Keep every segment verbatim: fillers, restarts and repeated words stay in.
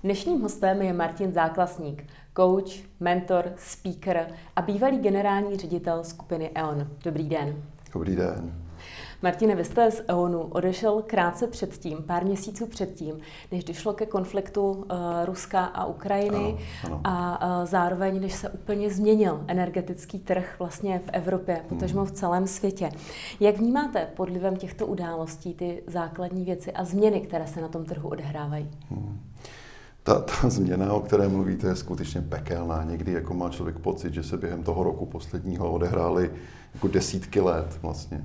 Dnešním hostem je Martin Záklasník, coach, mentor, speaker a bývalý generální ředitel skupiny E O N. Dobrý den. Dobrý den. Martine, vy jste z E O N u odešel krátce předtím, pár měsíců předtím, než došlo ke konfliktu uh, Ruska a Ukrajiny ano, ano. a uh, zároveň, než se úplně změnil energetický trh vlastně v Evropě, potažmo v celém světě. Jak vnímáte pod vlivem těchto událostí ty základní věci a změny, které se na tom trhu odehrávají? Hmm. Ta, ta změna, o které mluvíte, je skutečně pekelná. Někdy jako má člověk pocit, že se během toho roku posledního odehrály jako desítky let vlastně.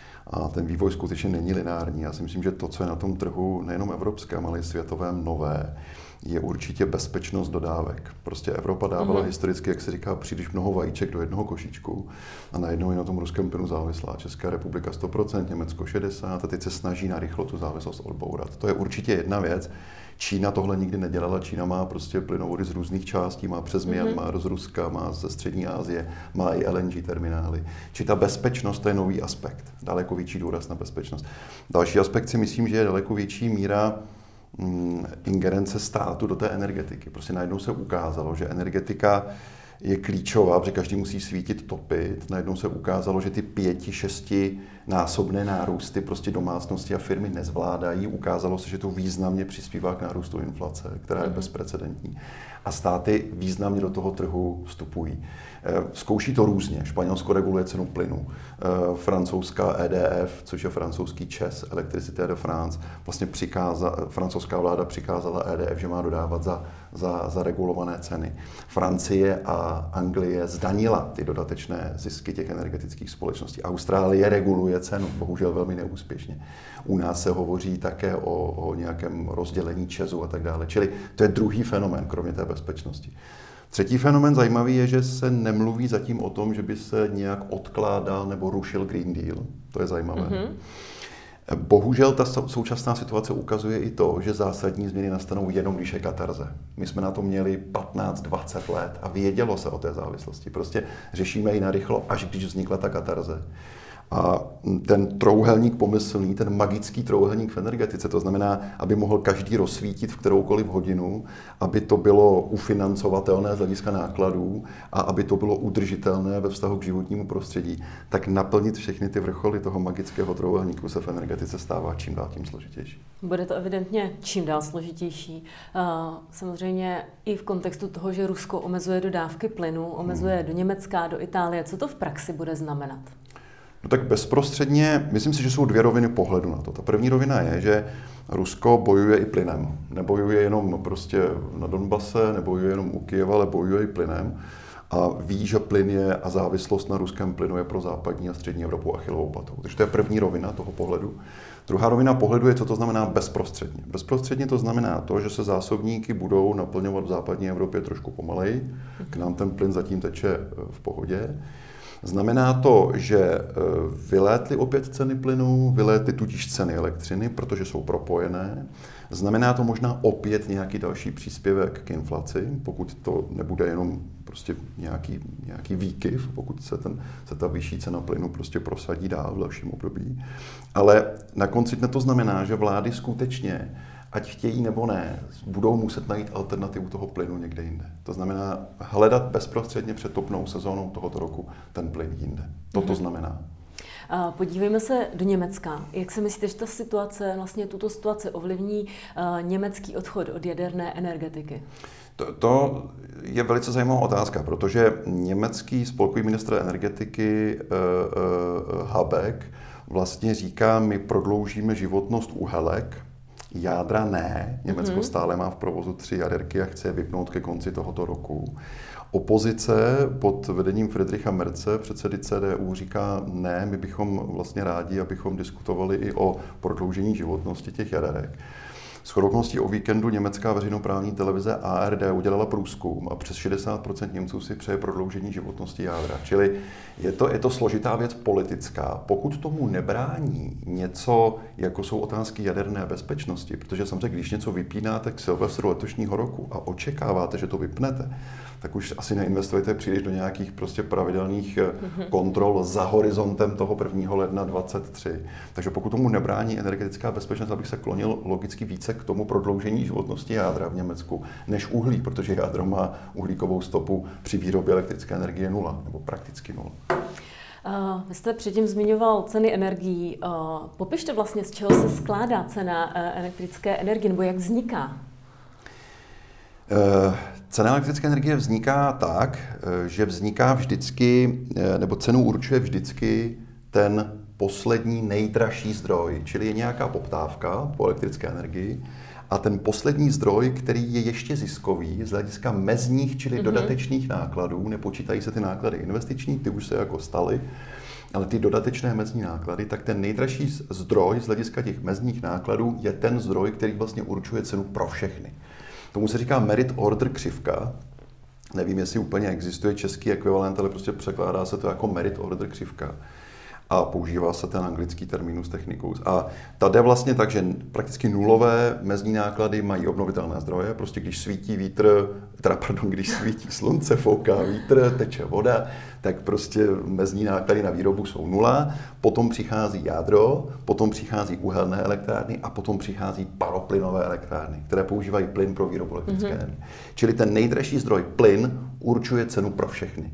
A ten vývoj skutečně není lineární. Já si myslím, že to, co je na tom trhu nejenom evropském, ale i světovém nové, je určitě bezpečnost dodávek. Prostě Evropa dávala mm-hmm. historicky, jak se říká, příliš mnoho vajíček do jednoho košíčku a najednou je na tom ruském plynu závislá. Česká republika sto procent, Německo šedesát procent a teď se snaží narychlo tu závislost odbourat. To je určitě jedna věc. Čína tohle nikdy nedělala. Čína má prostě plynovody z různých částí, má přes Myanmar, mm-hmm. z Ruska, má ze střední Asie, má i L N G terminály. Či ta bezpečnost, to je nový aspekt. Daleko větší důraz na bezpečnost. Další aspekt si myslím, že je daleko větší míra mm, ingerence státu do té energetiky. Prostě najednou se ukázalo, že energetika je klíčová, protože každý musí svítit, topit. Najednou se ukázalo, že ty pěti, šesti násobné nárůsty prostě domácnosti a firmy nezvládají. Ukázalo se, že to významně přispívá k nárůstu inflace, která je bezprecedentní. A státy významně do toho trhu vstupují. Zkouší to různě. Španělsko reguluje cenu plynu. Francouzská E D F, což je francouzský ČEZ, Electricité de France, vlastně přikáza, francouzská vláda přikázala E D F, že má dodávat za, za, za regulované ceny. Francie a Anglie zdanila ty dodatečné zisky těch energetických společností. Austrálie reguluje cenu, bohužel velmi neúspěšně. U nás se hovoří také o, o nějakém rozdělení ČEZu a tak dále. Čili to je druhý fenomén, kromě té bezpečnosti. Třetí fenomén zajímavý je, že se nemluví zatím o tom, že by se nějak odkládal nebo rušil Green Deal. To je zajímavé. Mm-hmm. Bohužel ta současná situace ukazuje i to, že zásadní změny nastanou jenom, když je katarze. My jsme na to měli patnáct dvacet let a vědělo se o té závislosti. Prostě řešíme ji narychlo, až když vznikla ta katarze. A ten trouhelník pomyslný, ten magický trouhelník v energetice, to znamená, aby mohl každý rozsvítit v kteroukoliv hodinu, aby to bylo ufinancovatelné z hlediska nákladů a aby to bylo udržitelné ve vztahu k životnímu prostředí, tak naplnit všechny ty vrcholy toho magického trouhelníku se v energetice stává čím dál tím složitější. Bude to evidentně čím dál složitější. Samozřejmě i v kontextu toho, že Rusko omezuje dodávky plynu, omezuje hmm. do Německa, do Itálie. Co to v praxi bude znamenat? No tak bezprostředně, myslím si, že jsou dvě roviny pohledu na to. Ta první rovina je, že Rusko bojuje i plynem. Nebojuje jenom prostě na Donbase, nebojuje jenom u Kyjeva, ale bojuje i plynem. A ví, že plyn je a závislost na ruském plynu je pro západní a střední Evropu Achillovou patou. Takže to je první rovina toho pohledu. Druhá rovina pohledu je, co to znamená bezprostředně. Bezprostředně to znamená to, že se zásobníky budou naplňovat v západní Evropě trošku pomaleji. K nám ten plyn zatím teče v pohodě. Znamená to, že vylétly opět ceny plynu, vylétly tudíž ceny elektřiny, protože jsou propojené. Znamená to možná opět nějaký další příspěvek k inflaci, pokud to nebude jenom prostě nějaký, nějaký výkyv, pokud se, ten, se ta vyšší cena plynu prostě prosadí dál v dalším období. Ale na konci dne to znamená, že vlády skutečně, ať chtějí nebo ne, budou muset najít alternativu toho plynu někde jinde. To znamená hledat bezprostředně před topnou sezónou tohoto roku ten plyn jinde. To to znamená. Podívejme se do Německa. Jak si myslíte, že ta situace, vlastně tuto situaci ovlivní německý odchod od jaderné energetiky? To, to je velice zajímavá otázka, protože německý spolkový ministr energetiky uh, uh, Habeck vlastně říká, my prodloužíme životnost uhelek, jádra ne. Německo mm-hmm. stále má v provozu tři jaderky a chce je vypnout ke konci tohoto roku. Opozice pod vedením Friedricha Merze, předsedy C D U, říká ne, my bychom vlastně rádi, abychom diskutovali i o prodloužení životnosti těch jaderek. Shodou okolností o víkendu německá veřejnoprávní televize A R D udělala průzkum a přes šedesát procent Němců si přeje prodloužení životnosti jádra. Čili je to, je to složitá věc politická. Pokud tomu nebrání něco, jako jsou otázky jaderné bezpečnosti, protože samozřejmě, když něco vypínáte k Silvestru letošního roku a očekáváte, že to vypnete, tak už asi neinvestujete příliš do nějakých prostě pravidelných mm-hmm. kontrol za horizontem toho prvního ledna dvacet tři. Takže pokud tomu nebrání energetická bezpečnost, abych se klonil logicky více k tomu prodloužení životnosti jádra v Německu, než uhlí, protože jádro má uhlíkovou stopu při výrobě elektrické energie nula, nebo prakticky nula. Uh, vy jste předtím zmiňoval ceny energií. Uh, popište vlastně, z čeho se skládá cena uh, elektrické energie, nebo jak vzniká? Uh, cena elektrické energie vzniká tak, že vzniká vždycky, nebo cenu určuje vždycky ten poslední nejdražší zdroj, čili je nějaká poptávka po elektrické energii a ten poslední zdroj, který je ještě ziskový z hlediska mezních, čili mm-hmm. dodatečných nákladů, nepočítají se ty náklady investiční, ty už se jako staly, ale ty dodatečné mezní náklady, tak ten nejdražší zdroj z hlediska těch mezních nákladů je ten zdroj, který vlastně určuje cenu pro všechny. Tomu se říká merit order křivka. Nevím, jestli úplně existuje český ekvivalent, ale prostě překládá se to jako merit order křivka. A používá se ten anglický terminus technicus. A tady je vlastně tak, že prakticky nulové mezní náklady mají obnovitelné zdroje. Prostě když svítí vítr, teda pardon, když svítí slunce, fouká vítr, teče voda, tak prostě mezní náklady na výrobu jsou nula. Potom přichází jádro, potom přichází uhelné elektrárny a potom přichází paroplynové elektrárny, které používají plyn pro výrobu elektrické mm-hmm. energie. Čili ten nejdražší zdroj plyn určuje cenu pro všechny.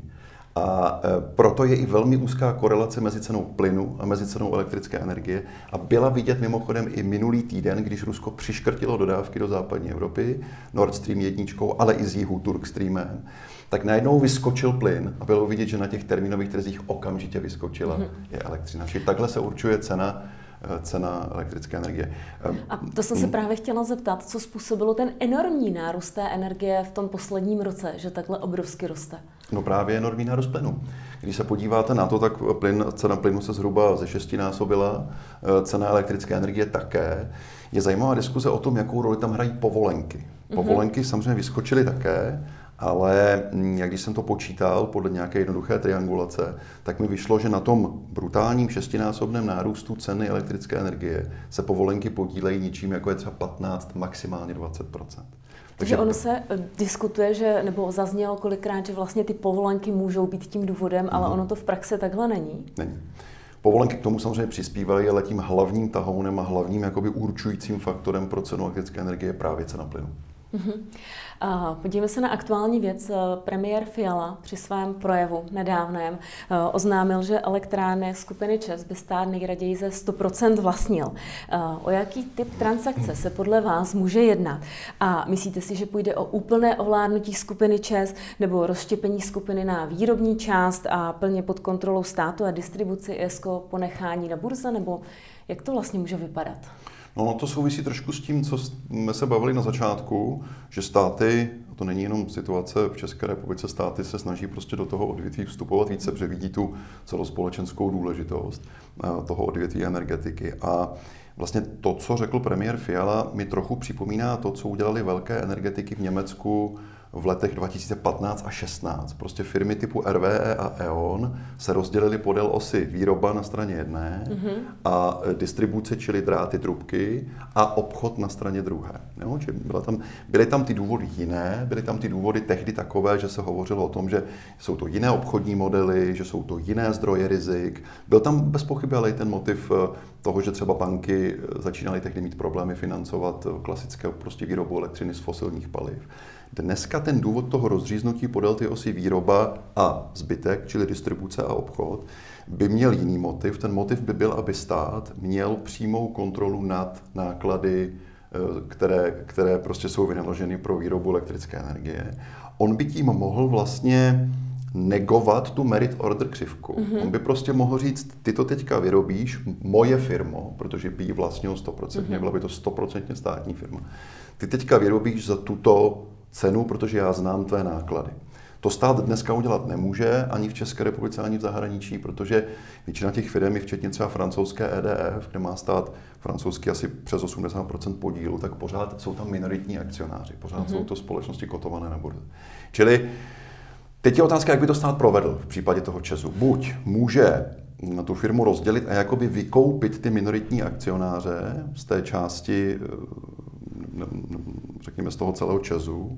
A proto je i velmi úzká korelace mezi cenou plynu a mezi cenou elektrické energie. A byla vidět mimochodem i minulý týden, když Rusko přiškrtilo dodávky do západní Evropy, Nord Stream jedna, ale i z jihu Turk Streamem, tak najednou vyskočil plyn a bylo vidět, že na těch termínových trzích okamžitě vyskočila mm-hmm. je elektřina. Čili takhle se určuje cena cena elektrické energie. A to jsem se právě chtěla zeptat, co způsobilo ten enormní nárůst té energie v tom posledním roce, že takhle obrovsky roste? No právě enormní nárůst plynu. Když se podíváte na to, tak plyn, cena plynu se zhruba ze šestinásobila, cena elektrické energie také. Je zajímavá diskuze o tom, jakou roli tam hrají povolenky. Povolenky mm-hmm. samozřejmě vyskočily také, ale jak když jsem to počítal podle nějaké jednoduché triangulace, tak mi vyšlo, že na tom brutálním šestinásobném nárůstu ceny elektrické energie se povolenky podílejí ničím, jako je třeba patnáct, maximálně dvacet procent. Takže ono se diskutuje, že, nebo zaznělo kolikrát, že vlastně ty povolenky můžou být tím důvodem, ale mm. ono to v praxi takhle není. Není. Povolenky k tomu samozřejmě přispívají, ale tím hlavním tahounem a hlavním jakoby určujícím faktorem pro cenu elektrické energie je právě cena plynu. Mm-hmm. Podívejme se na aktuální věc. Premiér Fiala při svém projevu nedávném oznámil, že elektrárny skupiny ČEZ by stát nejraději ze sto procent vlastnil. O jaký typ transakce se podle vás může jednat? A myslíte si, že půjde o úplné ovládnutí skupiny ČEZ nebo rozštěpení skupiny na výrobní část a plně pod kontrolou státu a distribuci I S K O ponechání na burze? Nebo jak to vlastně může vypadat? No, to souvisí trošku s tím, co jsme se bavili na začátku, že státy, a to není jenom situace v České republice, státy se snaží prostě do toho odvětví vstupovat více, protože vidí tu celospolečenskou důležitost toho odvětví energetiky. A vlastně to, co řekl premiér Fiala, mi trochu připomíná to, co udělali velké energetiky v Německu v letech dva tisíce patnáct a šestnáct. Prostě firmy typu R W E a E O N se rozdělily podél osy výroba na straně jedné mm-hmm. a distribuce, čili dráty, trubky a obchod na straně druhé. Jo? Byla tam, byly tam ty důvody jiné, byly tam ty důvody tehdy takové, že se hovořilo o tom, že jsou to jiné obchodní modely, že jsou to jiné zdroje rizik. Byl tam bez pochyby ale i ten motiv toho, že třeba banky začínaly tehdy mít problémy financovat klasické prostě výrobu elektřiny z fosilních paliv. Dneska ten důvod toho rozříznutí podél ty osy výroba a zbytek, čili distribuce a obchod, by měl jiný motiv. Ten motiv by byl, aby stát měl přímou kontrolu nad náklady, které, které prostě jsou vynaloženy pro výrobu elektrické energie. On by tím mohl vlastně negovat tu merit order křivku. Mm-hmm. On by prostě mohl říct, ty to teďka vyrobíš, moje firmo, protože by ji vlastnil sto procent, mm-hmm. byla by to sto procent státní firma. Ty teďka vyrobíš za tuto cenu, protože já znám tvé náklady. To stát dneska udělat nemůže, ani v České republice, ani v zahraničí, protože většina těch firm, včetně třeba francouzské E D F, kde má stát francouzský asi přes osmdesát procent podílu, tak pořád jsou tam minoritní akcionáři, pořád mm-hmm. jsou to společnosti kotované na burze. Čili teď je otázka, jak by to stát provedl v případě toho ČEZu. Buď může tu firmu rozdělit a jakoby vykoupit ty minoritní akcionáře z té části, řekněme z toho celého ČEZu,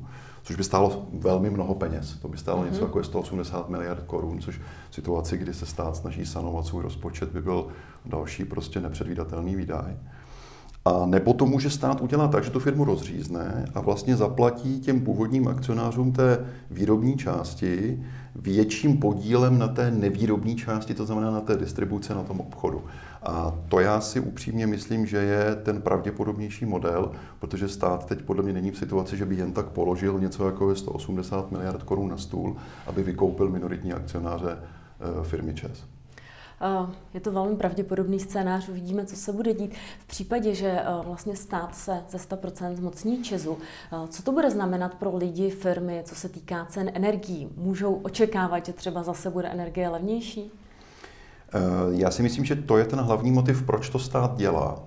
což by stálo velmi mnoho peněz. To by stálo mm-hmm. něco jako je sto osmdesát miliard korun, což v situaci, kdy se stát snaží sanovat svůj rozpočet, by byl další prostě nepředvídatelný výdaj. A nebo to může stát udělat tak, že tu firmu rozřízne a vlastně zaplatí těm původním akcionářům té výrobní části větším podílem na té nevýrobní části, to znamená na té distribuce, na tom obchodu. A to já si upřímně myslím, že je ten pravděpodobnější model, protože stát teď podle mě není v situaci, že by jen tak položil něco jako je sto osmdesát miliard korun na stůl, aby vykoupil minoritní akcionáře firmy ČEZ. Je to velmi pravděpodobný scénář, uvidíme, co se bude dít. V případě, že vlastně stát se ze sto procent zmocní ČEZu, co to bude znamenat pro lidi, firmy, co se týká cen energií? Můžou očekávat, že třeba zase bude energie levnější? Já si myslím, že to je ten hlavní motiv, proč to stát dělá.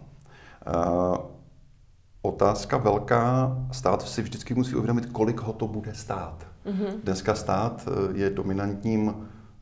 Otázka velká, stát si vždycky musí uvědomit, kolik ho to bude stát. Mm-hmm. Dneska stát je dominantním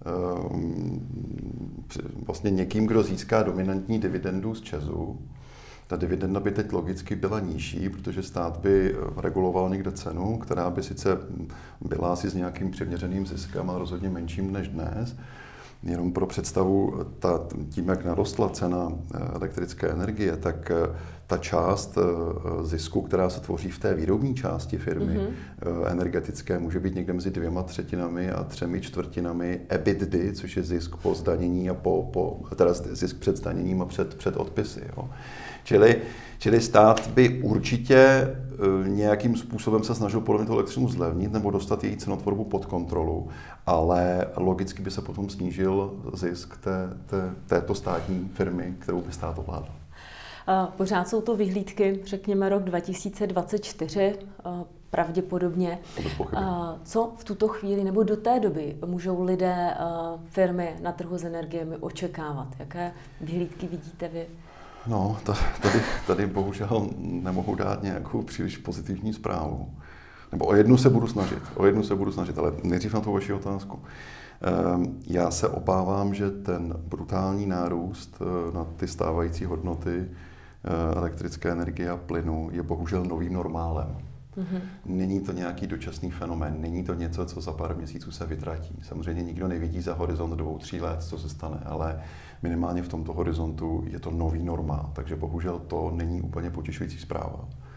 vlastně někým, kdo získá dominantní dividendu z ČEZu. Ta dividenda by teď logicky byla nižší, protože stát by reguloval někde cenu, která by sice byla asi s nějakým přiměřeným ziskem, ale rozhodně menším než dnes. Jenom pro představu, ta, tím, jak narostla cena elektrické energie, tak ta část zisku, která se tvoří v té výrobní části firmy mm-hmm. energetické, může být někde mezi dvěma třetinami a třemi čtvrtinami EBITDA, což je zisk po zdanění a po, po teda zisk před zdaněním a před, před odpisy. Jo. Čili, čili stát by určitě nějakým způsobem se snažil podle mě tu elektřinu zlevnit nebo dostat její cenotvorbu pod kontrolu, ale logicky by se potom snížil zisk té, té, této státní firmy, kterou by stát ovládal. Pořád jsou to vyhlídky, řekněme rok dva tisíce dvacet čtyři, pravděpodobně. Co v tuto chvíli nebo do té doby můžou lidé, firmy na trhu s energiemi očekávat? Jaké vyhlídky vidíte vy? No, tady, tady bohužel nemohu dát nějakou příliš pozitivní zprávu. Nebo o jednu se budu snažit, o jednu se budu snažit, ale nejdřív na tu vaši otázku. Já se obávám, že ten brutální nárůst na ty stávající hodnoty elektrické energie a plynu je bohužel novým normálem. Mm-hmm. Není to nějaký dočasný fenomén, není to něco, co za pár měsíců se vytratí. Samozřejmě nikdo nevidí za horizont dvou, tří let, co se stane, ale minimálně v tomto horizontu je to nový normál, takže bohužel to není úplně potěšující zpráva.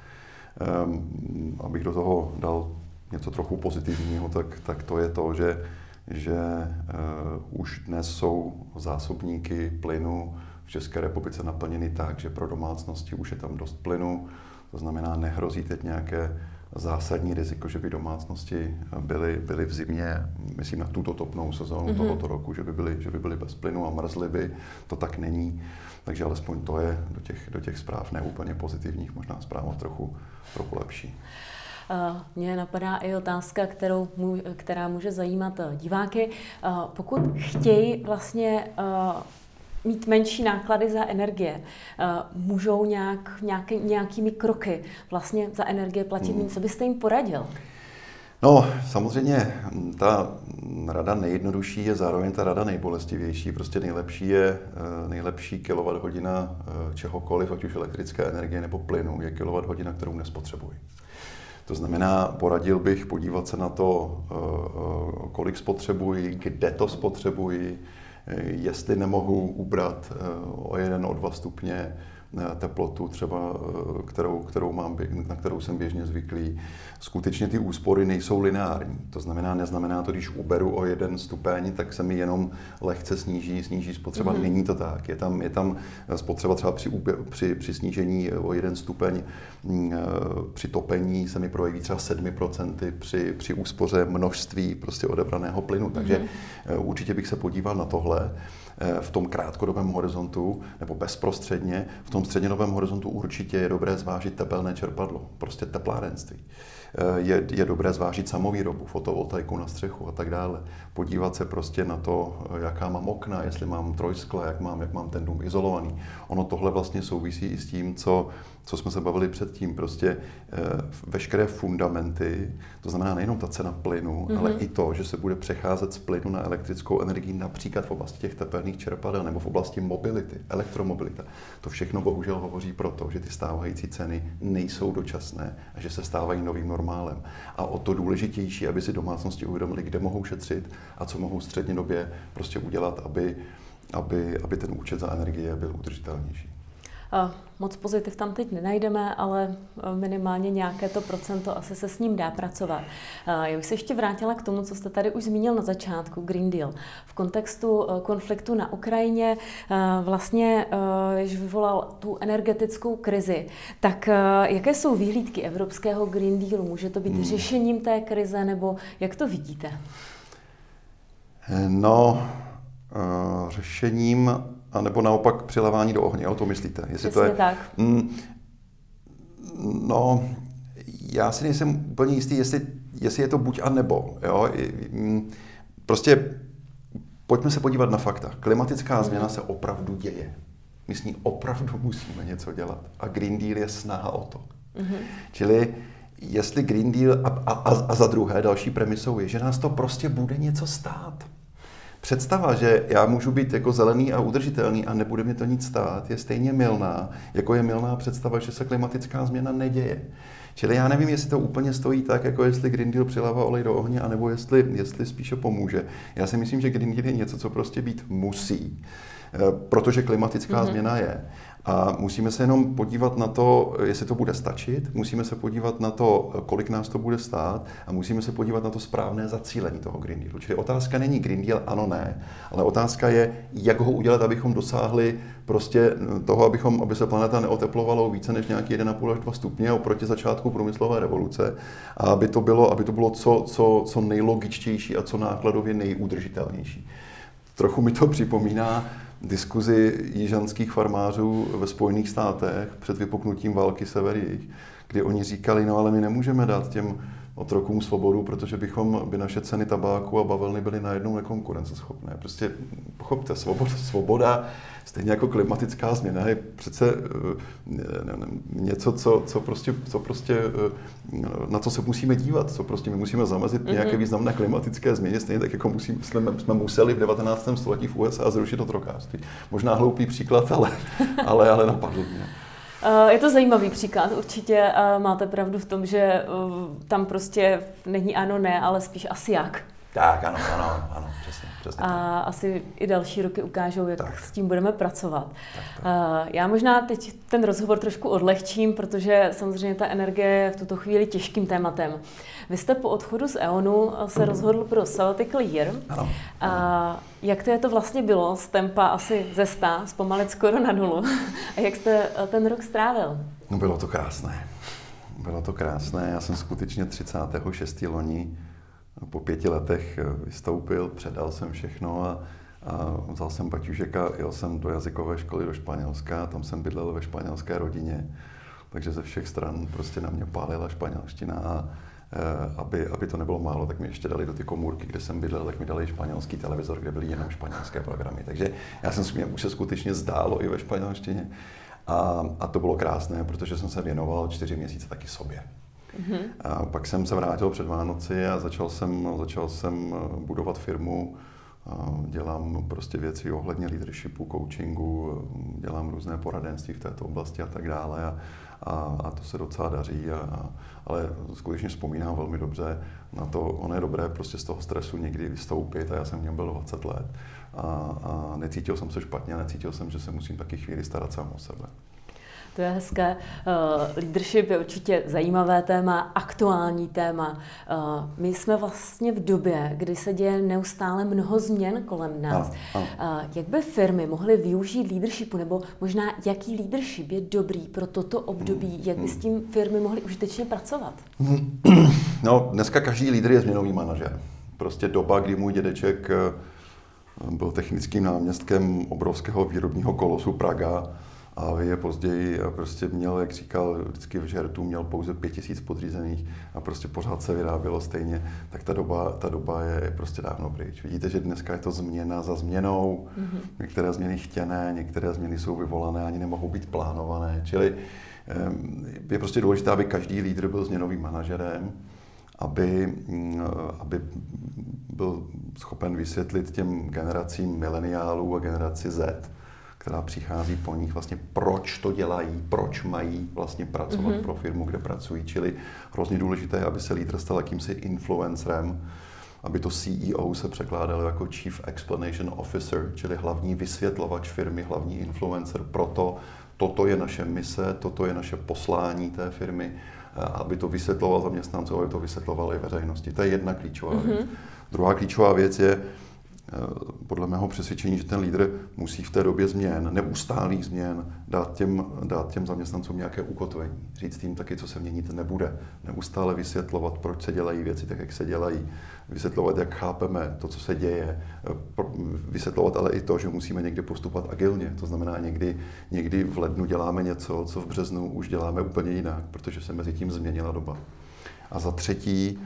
Um, abych do toho dal něco trochu pozitivního, tak, tak to je to, že, že uh, už dnes jsou zásobníky plynu v České republice naplněny tak, že pro domácnosti už je tam dost plynu. To znamená, nehrozí teď nějaké zásadní riziko, že by domácnosti byly, byly v zimě, myslím na tuto topnou sezónu mm-hmm. tohoto roku, že by, byly, že by byly bez plynu a mrzly by. To tak není. Takže alespoň to je do těch, do těch zpráv neúplně pozitivních, možná zpráva trochu, trochu lepší. Mně napadá i otázka, kterou, která může zajímat diváky. Pokud chtějí vlastně mít menší náklady za energie, můžou nějak, nějaký, nějakými kroky vlastně za energie platit méně. Hmm. Co byste jim poradil? No, samozřejmě ta rada nejjednodušší je zároveň ta rada nejbolestivější. Prostě nejlepší je nejlepší kilowatthodina čehokoliv, ať už elektrické energie nebo plynu, je kilowatthodina, kterou nespotřebuji. To znamená, poradil bych podívat se na to, kolik spotřebuji, kde to spotřebuji, jestli nemohu ubrat o jeden, o dva stupně teplotu, třeba, kterou, kterou mám, na kterou jsem běžně zvyklý. Skutečně ty úspory nejsou lineární. To znamená, neznamená to, když uberu o jeden stupeň, tak se mi jenom lehce sníží, sníží spotřeba. Mm-hmm. Není to tak. Je tam, je tam spotřeba třeba při, při, při snížení o jeden stupeň při topení se mi projeví třeba sedm procent při, při úspoře množství prostě odebraného plynu. Takže mm-hmm. určitě bych se podíval na tohle. V tom krátkodobém horizontu nebo bezprostředně, v tom střednědobém horizontu určitě je dobré zvážit tepelné čerpadlo, prostě teplárenství. Je, je dobré zvážit samovýrobu, fotovoltaiku na střechu a tak dále. Podívat se prostě na to, jaká mám okna, jestli mám trojskla, jak mám, jak mám ten dům izolovaný. Ono tohle vlastně souvisí i s tím, co co jsme se bavili předtím, prostě e, veškeré fundamenty, to znamená nejenom ta cena plynu, mm-hmm. ale i to, že se bude přecházet z plynu na elektrickou energii například v oblasti těch tepelných čerpadel nebo v oblasti mobility, elektromobilita. To všechno bohužel hovoří proto, že ty stávající ceny nejsou dočasné a že se stávají novým normálem. A o to důležitější, aby si domácnosti uvědomili, kde mohou šetřit a co mohou střednědobě prostě udělat, aby, aby, aby ten účet za energie byl udržitelnější. Moc pozitiv tam teď nenajdeme, ale minimálně nějaké to procento asi se s ním dá pracovat. Já bych se ještě vrátila k tomu, co jste tady už zmínil na začátku, Green Deal. V kontextu konfliktu na Ukrajině vlastně, když vyvolal tu energetickou krizi, tak jaké jsou výhlídky evropského Green Dealu? Může to být hmm. řešením té krize, nebo jak to vidíte? No, uh, řešením a nebo naopak přilévání do ohně, o to myslíte? Jestli to je, tak. Mm, no, já si nejsem úplně jistý, jestli, jestli je to buď a nebo. Jo? Prostě pojďme se podívat na fakta. Klimatická změna se opravdu děje. My s ní opravdu musíme něco dělat. A Green Deal je snaha o to. Mm-hmm. Čili jestli Green Deal a, a, a za druhé další premisou je, že nás to prostě bude něco stát. Představa, že já můžu být jako zelený a udržitelný a nebude mě to nic stát, je stejně mylná, jako je mylná představa, že se klimatická změna neděje. Čili já nevím, jestli to úplně stojí tak, jako jestli Green Deal přilává olej do ohně, anebo jestli, jestli spíše pomůže. Já si myslím, že Green Deal je něco, co prostě být musí, protože klimatická mm-hmm. změna je. A musíme se jenom podívat na to, jestli to bude stačit, musíme se podívat na to, kolik nás to bude stát a musíme se podívat na to správné zacílení toho Green Dealu. Čili otázka není Green Deal, ano, ne, ale otázka je, jak ho udělat, abychom dosáhli prostě toho, abychom, aby se planeta neoteplovalo více než nějaký jedna celá pět až dva stupně oproti začátku průmyslové revoluce a aby to bylo, aby to bylo co, co, co nejlogičtější a co nákladově nejudržitelnější. Trochu mi to připomíná diskuzi jižanských farmářů ve Spojených státech před vypuknutím války sever-jih, kdy oni říkali, no ale my nemůžeme dát těm otrokům svobodu, protože bychom, by naše ceny tabáku a bavlny byly najednou nekonkurenceschopné. Prostě pochopte, svoboda, svoboda stejně jako klimatická změna je přece něco, co, co, prostě, co prostě, na co se musíme dívat, co prostě my musíme zamezit mm-hmm. nějaké významné klimatické změny, stejně tak jako musím, jsme, jsme museli v devatenáctém století v U S A zrušit otrokářství. Možná hloupý příklad, ale, ale, ale napadl mě. Je to zajímavý příklad, určitě máte pravdu v tom, že tam prostě není ano, ne, ale spíš asi jak. Tak, ano, ano, ano, přesně, přesně. A asi i další roky ukážou, jak tak. s tím budeme pracovat. Tak, tak. Já možná teď ten rozhovor trošku odlehčím, protože samozřejmě ta energie je v tuto chvíli těžkým tématem. Vy jste po odchodu z E.ONu se rozhodl pro sabbatical year. Ano. A jak to je to vlastně bylo z tempa asi ze sta, zpomalit skoro na nulu? A jak jste ten rok strávil? No bylo to krásné. Bylo to krásné. Já jsem skutečně třicátého šestého loni po pěti letech vystoupil, předal jsem všechno a, a vzal jsem baťužek a jel jsem do jazykové školy do Španělska. Tam jsem bydlel ve španělské rodině, takže ze všech stran prostě na mě pálila španělština a aby, aby to nebylo málo, tak mi ještě dali do ty komůrky, kde jsem bydlel, tak mi dali španělský televizor, kde byly jenom španělské programy. Takže já jsem si mě už se skutečně zdálo i ve španělštině. A, a to bylo krásné, protože jsem se věnoval čtyři měsíce taky sobě. Mm-hmm. A pak jsem se vrátil před Vánoci a začal jsem, začal jsem budovat firmu. Dělám prostě věci ohledně leadershipu, coachingu, dělám různé poradenství v této oblasti a tak dále. A, a, a to se docela daří, a, a, ale skutečně vzpomínám velmi dobře na to, ono je dobré prostě z toho stresu někdy vystoupit a já jsem v něm byl dvacet let a, a necítil jsem se špatně, necítil jsem, že se musím taky chvíli starat sám o sebe. To je hezké. Uh, leadership je určitě zajímavé téma, aktuální téma. Uh, my jsme vlastně v době, kdy se děje neustále mnoho změn kolem nás. Ano, ano. Uh, jak by firmy mohly využít leadershipu, nebo možná jaký leadership je dobrý pro toto období? Jak by s tím firmy mohly užitečně pracovat? No, dneska každý lídr je změnový manažer. Prostě doba, kdy můj dědeček byl technickým náměstkem obrovského výrobního kolosu Praga a je později prostě měl, jak říkal, vždycky v žertu měl pouze pět tisíc podřízených a prostě pořád se vyrábělo stejně, tak ta doba, ta doba je prostě dávno pryč. Vidíte, že dneska je to změna za změnou, mm-hmm. některé změny chtěné, některé změny jsou vyvolané, ani nemohou být plánované, čili je prostě důležité, aby každý lídr byl změnovým manažerem, aby, aby byl schopen vysvětlit těm generacím mileniálů a generaci Z, která přichází po nich, vlastně proč to dělají, proč mají vlastně pracovat mm-hmm. pro firmu, kde pracují. Čili hrozně důležité, aby se lídr stal jakýmsi influencerem, aby to C E O se překládalo jako Chief Explanation Officer, čili hlavní vysvětlovač firmy, hlavní influencer. Proto toto je naše mise, toto je naše poslání té firmy, aby to vysvětloval zaměstnancům, aby to vysvětloval i veřejnosti. To je jedna klíčová mm-hmm. věc. Druhá klíčová věc je, podle mého přesvědčení, že ten lídr musí v té době změn, neustálých změn, dát těm, dát těm zaměstnancům nějaké ukotvení. Říct jim taky, co se měnit nebude. Neustále vysvětlovat, proč se dělají věci tak, jak se dělají. Vysvětlovat, jak chápeme to, co se děje. Vysvětlovat ale i to, že musíme někdy postupovat agilně. To znamená, někdy, někdy v lednu děláme něco, co v březnu už děláme úplně jinak, protože se mezi tím změnila doba. A za třetí,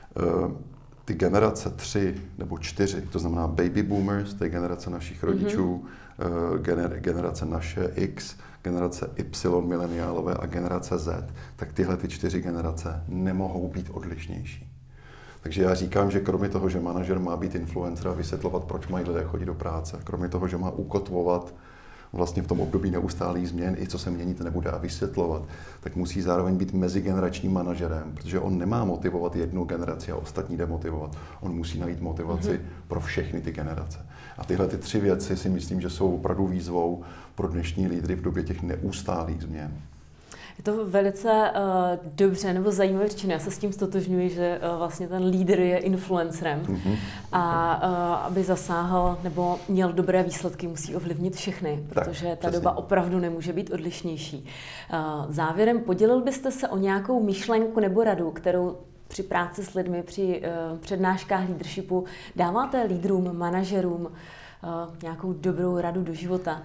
ty generace tři nebo čtyři, to znamená baby boomers, to je generace našich rodičů, mm-hmm. gener, generace naše X, generace Y, mileniálové a generace Z, tak tyhle ty čtyři generace nemohou být odlišnější. Takže já říkám, že kromě toho, že manažer má být influencer a vysvětlovat, proč mají lidé chodit do práce, kromě toho, že má ukotvovat vlastně v tom období neustálých změn, i co se měnit nebude a vysvětlovat, tak musí zároveň být mezigeneračním manažerem, protože on nemá motivovat jednu generaci a ostatní demotivovat. On musí najít motivaci mm-hmm. pro všechny ty generace. A tyhle ty tři věci si myslím, že jsou opravdu výzvou pro dnešní lídry v době těch neustálých změn. Je to velice uh, dobře nebo zajímavé řečeno. Já se s tím stotožňuji, že uh, vlastně ten lídr je influencerem mm-hmm. a uh, aby zasáhl nebo měl dobré výsledky, musí ovlivnit všechny, protože tak, ta přesně. doba opravdu nemůže být odlišnější. Uh, závěrem podělil byste se o nějakou myšlenku nebo radu, kterou při práci s lidmi, při uh, přednáškách leadershipu dáváte lídrům, manažerům uh, nějakou dobrou radu do života,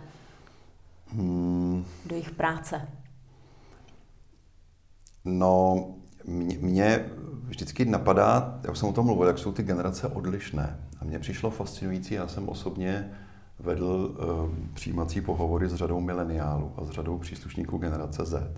hmm. do jejich práce? No, mě, mě vždycky napadá, já už jsem o tom mluvil, jak jsou ty generace odlišné. A mně přišlo fascinující, já jsem osobně vedl uh, přijímací pohovory s řadou mileniálů a s řadou příslušníků generace Z.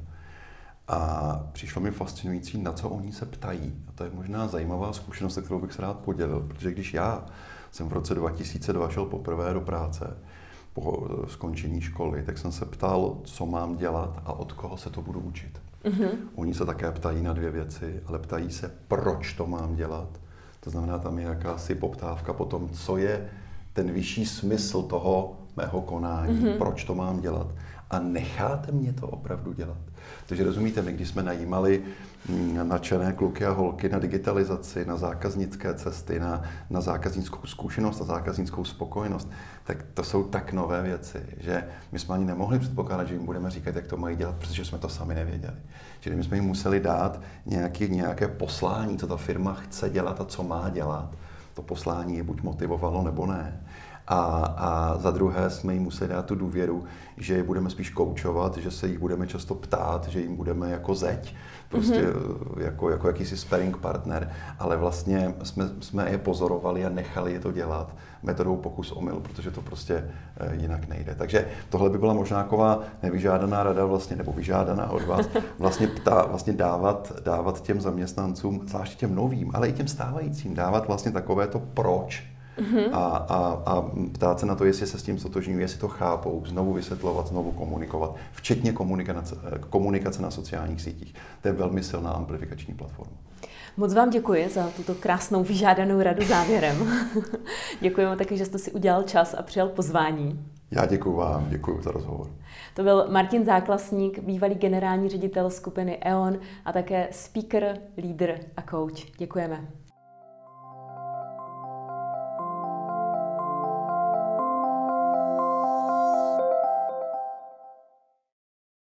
A přišlo mi fascinující, na co oni se ptají. A to je možná zajímavá zkušenost, se kterou bych se rád podělil, protože když já jsem v roce dva tisíce dva šel poprvé do práce, po skončení školy, tak jsem se ptal, co mám dělat a od koho se to budu učit. Mm-hmm. Oni se také ptají na dvě věci, ale ptají se, proč to mám dělat. To znamená, tam je jakási poptávka po tom, co je ten vyšší smysl toho mého konání, mm-hmm. proč to mám dělat. A necháte mě to opravdu dělat. Takže rozumíte, my když jsme najímali nadšené kluky a holky na digitalizaci, na zákaznické cesty, na, na zákaznickou zkušenost a zákaznickou spokojenost, tak to jsou tak nové věci, že my jsme ani nemohli předpokládat, že jim budeme říkat, jak to mají dělat, protože jsme to sami nevěděli. Čili my jsme jim museli dát nějaký, nějaké poslání, co ta firma chce dělat a co má dělat. To poslání je buď motivovalo, nebo ne. A, a za druhé jsme jim museli dát tu důvěru, že je budeme spíš koučovat, že se jich budeme často ptát, že jim budeme jako zeď, prostě mm-hmm. jako, jako jakýsi sparring partner, ale vlastně jsme, jsme je pozorovali a nechali je to dělat metodou pokus omyl, protože to prostě jinak nejde. Takže tohle by byla možná taková nevyžádaná rada vlastně, nebo vyžádaná od vás, vlastně, ptá, vlastně dávat, dávat těm zaměstnancům, zvláště těm novým, ale i těm stávajícím, dávat vlastně takové to proč. Mm-hmm. A, a, a ptát se na to, jestli se s tím stotožňují, jestli to chápou, znovu vysvětlovat, znovu komunikovat, včetně komunikace, komunikace na sociálních sítích. To je velmi silná amplifikační platforma. Moc vám děkuji za tuto krásnou vyžádanou radu závěrem. Děkujeme taky, že jste si udělal čas a přijal pozvání. Já děkuji vám, děkuji za rozhovor. To byl Martin Záklasník, bývalý generální ředitel skupiny E O N a také speaker, lídr a coach. Děkujeme.